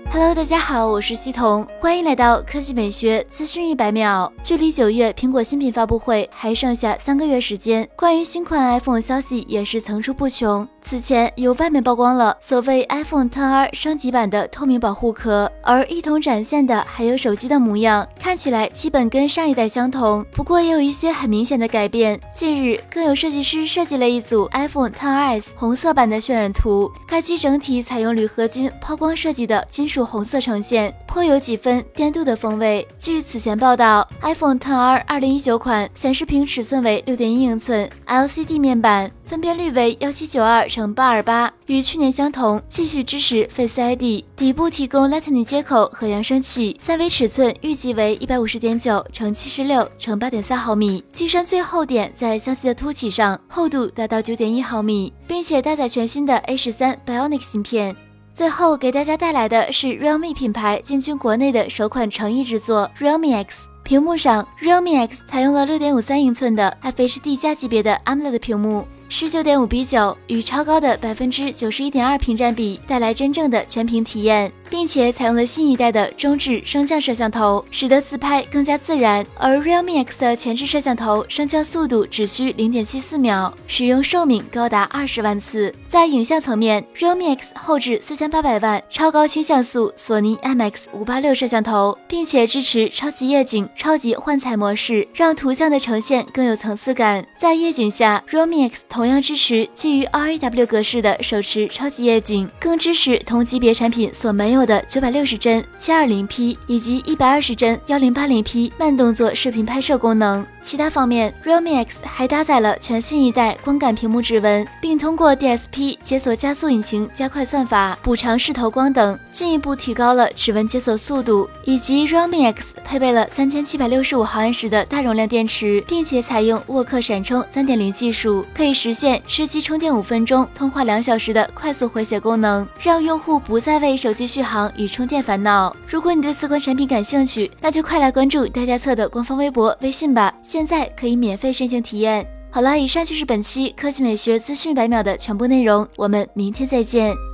Hello， 大家好，我是西彤，欢迎来到科技美学资讯100秒。距离9月苹果新品发布会还剩下3个月时间，关于新款 iPhone 消息也是层出不穷。此前有外媒曝光了所谓 iPhone XR 升级版的透明保护壳，而一同展现的还有手机的模样，看起来基本跟上一代相同，不过也有一些很明显的改变。近日更有设计师设计了一组 iPhone XRS 红色版的渲染图，该机整体采用铝合金抛光设计的金属红色呈现，颇有几分颠镀的风味。据此前报道， iPhone XR 2019款显示屏尺寸为 6.1 英寸 LCD 面板，分辨率为1792×828，与去年相同，继续支持 Face ID， 底部提供 Lightning 接口和扬声器，3维尺寸预计为 150.9×76×8.3 毫米，机身最后点在相机的凸起上，厚度达到 9.1 毫米，并且搭载全新的 A13 Bionic 芯片。最后给大家带来的是 Realme 品牌进军国内的首款诚意之作 Realme X。屏幕上 Realme X 采用了 6.53 英寸的 FHD+ 级别的 AMOLED 屏幕，19.5:9，与超高的 91.2% 屏占比带来真正的全屏体验，并且采用了新一代的中置升降摄像头，使得自拍更加自然。而 Realme X 的前置摄像头升降速度只需 0.74秒，使用寿命高达20万次。在影像层面， Realme X 后置4800万超高清像素索尼 IMX586 摄像头，并且支持超级夜景、超级幻彩模式，让图像的呈现更有层次感。在夜景下， Realme X 同样支持基于 RAW 格式的手持超级夜景，更支持同级别产品所没有的960帧 720P 以及120帧 1080P 慢动作视频拍摄功能。其他方面， Realme X 还搭载了全新一代光感屏幕指纹，并通过 DSP 解锁加速引擎加快算法、补偿视投光等，进一步提高了指纹解锁速度。以及 Realme X 配备了3765毫安时的大容量电池，并且采用沃克闪充 3.0 技术，可以实现吃鸡充电5分钟、通话2小时的快速回血功能，让用户不再为手机续航与充电烦恼。如果你对此款产品感兴趣，那就快来关注大家测的官方微博、微信吧，现在可以免费申请体验。好了，以上就是本期科技美学资讯100秒的全部内容，我们明天再见。